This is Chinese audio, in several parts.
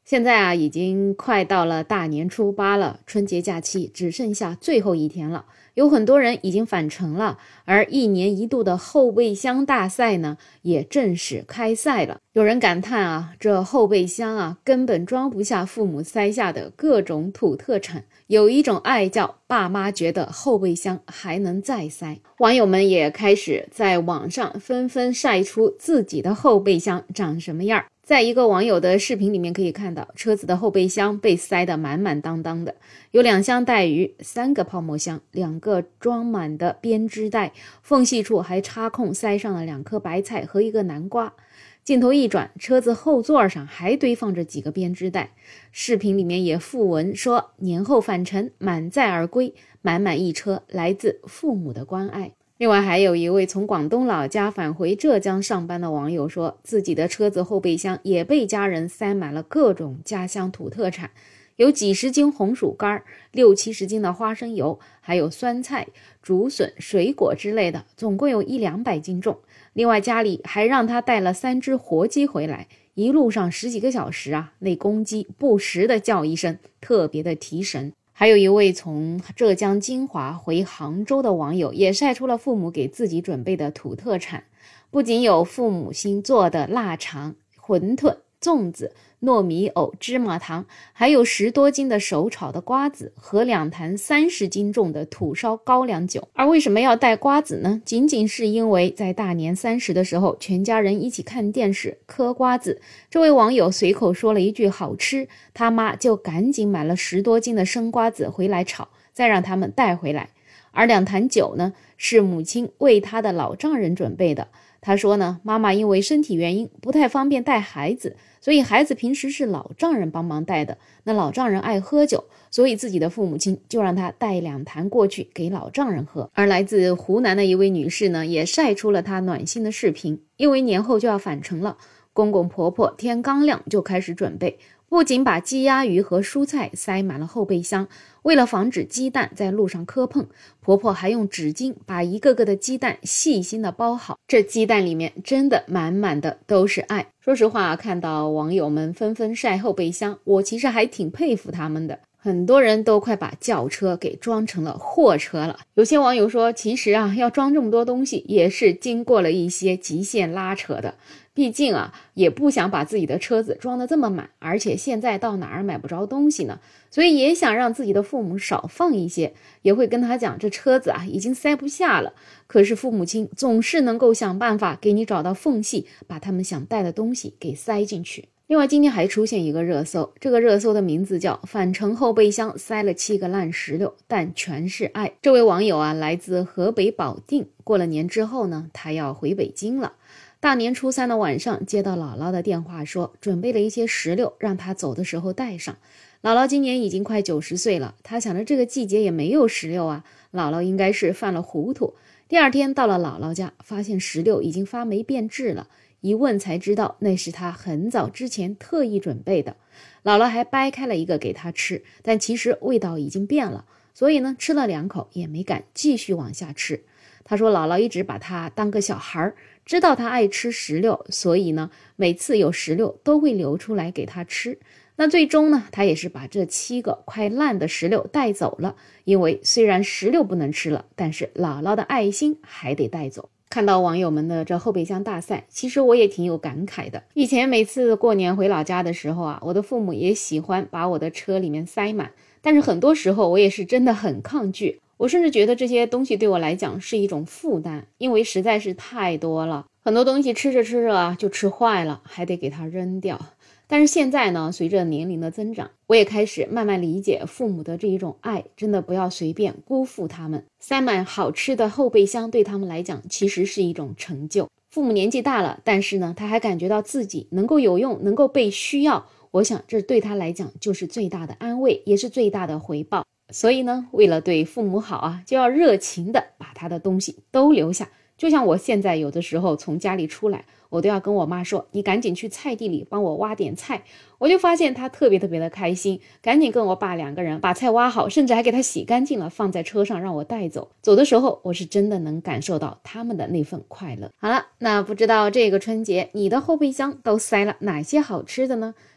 现在啊，已经快到了大年初8了，春节假期只剩下最后一天了，有很多人已经返程了，而一年一度的后备箱大赛呢，也正式开赛了。有人感叹啊，这后备箱啊，根本装不下父母塞下的各种土特产。有一种爱叫爸妈觉得后备箱还能再塞。网友们也开始在网上纷纷晒出自己的后备箱长什么样。在一个网友的视频里面可以看到，车子的后备箱被塞得满满当当的，有2箱带鱼，3个泡沫箱，2个装满的编织袋，缝隙处还插空塞上了2颗白菜和1个南瓜。镜头一转，车子后座上还堆放着几个编织袋。视频里面也附文说，年后返程，满载而归，满满一车来自父母的关爱。另外还有一位从广东老家返回浙江上班的网友说，自己的车子后备箱也被家人塞满了各种家乡土特产，有几十斤红薯干，60-70斤的花生油，还有酸菜、竹笋、水果之类的，总共有100-200斤重。另外家里还让他带了3只活鸡回来，一路上10几个小时啊，那公鸡不时的叫一声，特别的提神。还有一位从浙江金华回杭州的网友也晒出了父母给自己准备的土特产，不仅有父母亲做的腊肠、馄饨、粽子、糯米藕、芝麻糖，还有10多斤的手炒的瓜子和2坛30斤重的土烧高粱酒。而为什么要带瓜子呢？仅仅是因为在大年30的时候，全家人一起看电视嗑瓜子，这位网友随口说了一句好吃，他妈就赶紧买了10多斤的生瓜子回来炒，再让他们带回来。而2坛酒呢，是母亲为他的老丈人准备的。他说呢，妈妈因为身体原因不太方便带孩子，所以孩子平时是老丈人帮忙带的。那老丈人爱喝酒，所以自己的父母亲就让他带2坛过去给老丈人喝。而来自湖南的一位女士呢，也晒出了她暖心的视频，因为年后就要返程了，公公婆婆天刚亮就开始准备，不仅把鸡鸭鱼和蔬菜塞满了后备箱，为了防止鸡蛋在路上磕碰，婆婆还用纸巾把一个个的鸡蛋细心的包好，这鸡蛋里面真的满满的都是爱。说实话，看到网友们纷纷晒后备箱，我其实还挺佩服他们的。很多人都快把轿车给装成了货车了。有些网友说，其实啊，要装这么多东西也是经过了一些极限拉扯的，毕竟啊，也不想把自己的车子装得这么满，而且现在到哪儿买不着东西呢，所以也想让自己的父母少放一些，也会跟他讲这车子啊已经塞不下了。可是父母亲总是能够想办法给你找到缝隙，把他们想带的东西给塞进去。另外今天还出现一个热搜，这个热搜的名字叫返程后备箱塞了7个烂石榴，但全是爱。这位网友啊，来自河北保定，过了年之后呢，他要回北京了。大年初3的晚上接到姥姥的电话说，准备了一些石榴让他走的时候带上。姥姥今年已经快90岁了，他想着这个季节也没有石榴啊，姥姥应该是犯了糊涂。第二天到了姥姥家，发现石榴已经发霉变质了，一问才知道那是他很早之前特意准备的。姥姥还掰开了一个给他吃，但其实味道已经变了，所以呢吃了2口也没敢继续往下吃。他说姥姥一直把他当个小孩，知道他爱吃石榴，所以呢每次有石榴都会留出来给他吃。那最终呢，他也是把这7个快烂的石榴带走了，因为虽然石榴不能吃了，但是姥姥的爱心还得带走。看到网友们的这后备箱大赛，其实我也挺有感慨的。以前每次过年回老家的时候啊，我的父母也喜欢把我的车里面塞满，但是很多时候我也是真的很抗拒，我甚至觉得这些东西对我来讲是一种负担，因为实在是太多了，很多东西吃着吃着啊就吃坏了，还得给它扔掉。但是现在呢，随着年龄的增长，我也开始慢慢理解父母的这一种爱，真的不要随便辜负他们。塞满好吃的后备箱对他们来讲其实是一种成就。父母年纪大了，但是呢，他还感觉到自己能够有用，能够被需要，我想这对他来讲就是最大的安慰，也是最大的回报。所以呢，为了对父母好啊，就要热情的把他的东西都留下。就像我现在有的时候从家里出来，我都要跟我妈说，你赶紧去菜地里帮我挖点菜。我就发现她特别的开心，赶紧跟我爸2个人把菜挖好，甚至还给她洗干净了，放在车上让我带走。走的时候，我是真的能感受到他们的那份快乐。好了，那不知道这个春节你的后备箱都塞了哪些好吃的呢？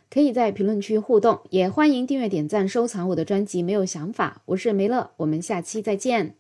可以在评论区互动，也欢迎订阅、点赞、收藏我的专辑。没有想法，我是梅乐，我们下期再见。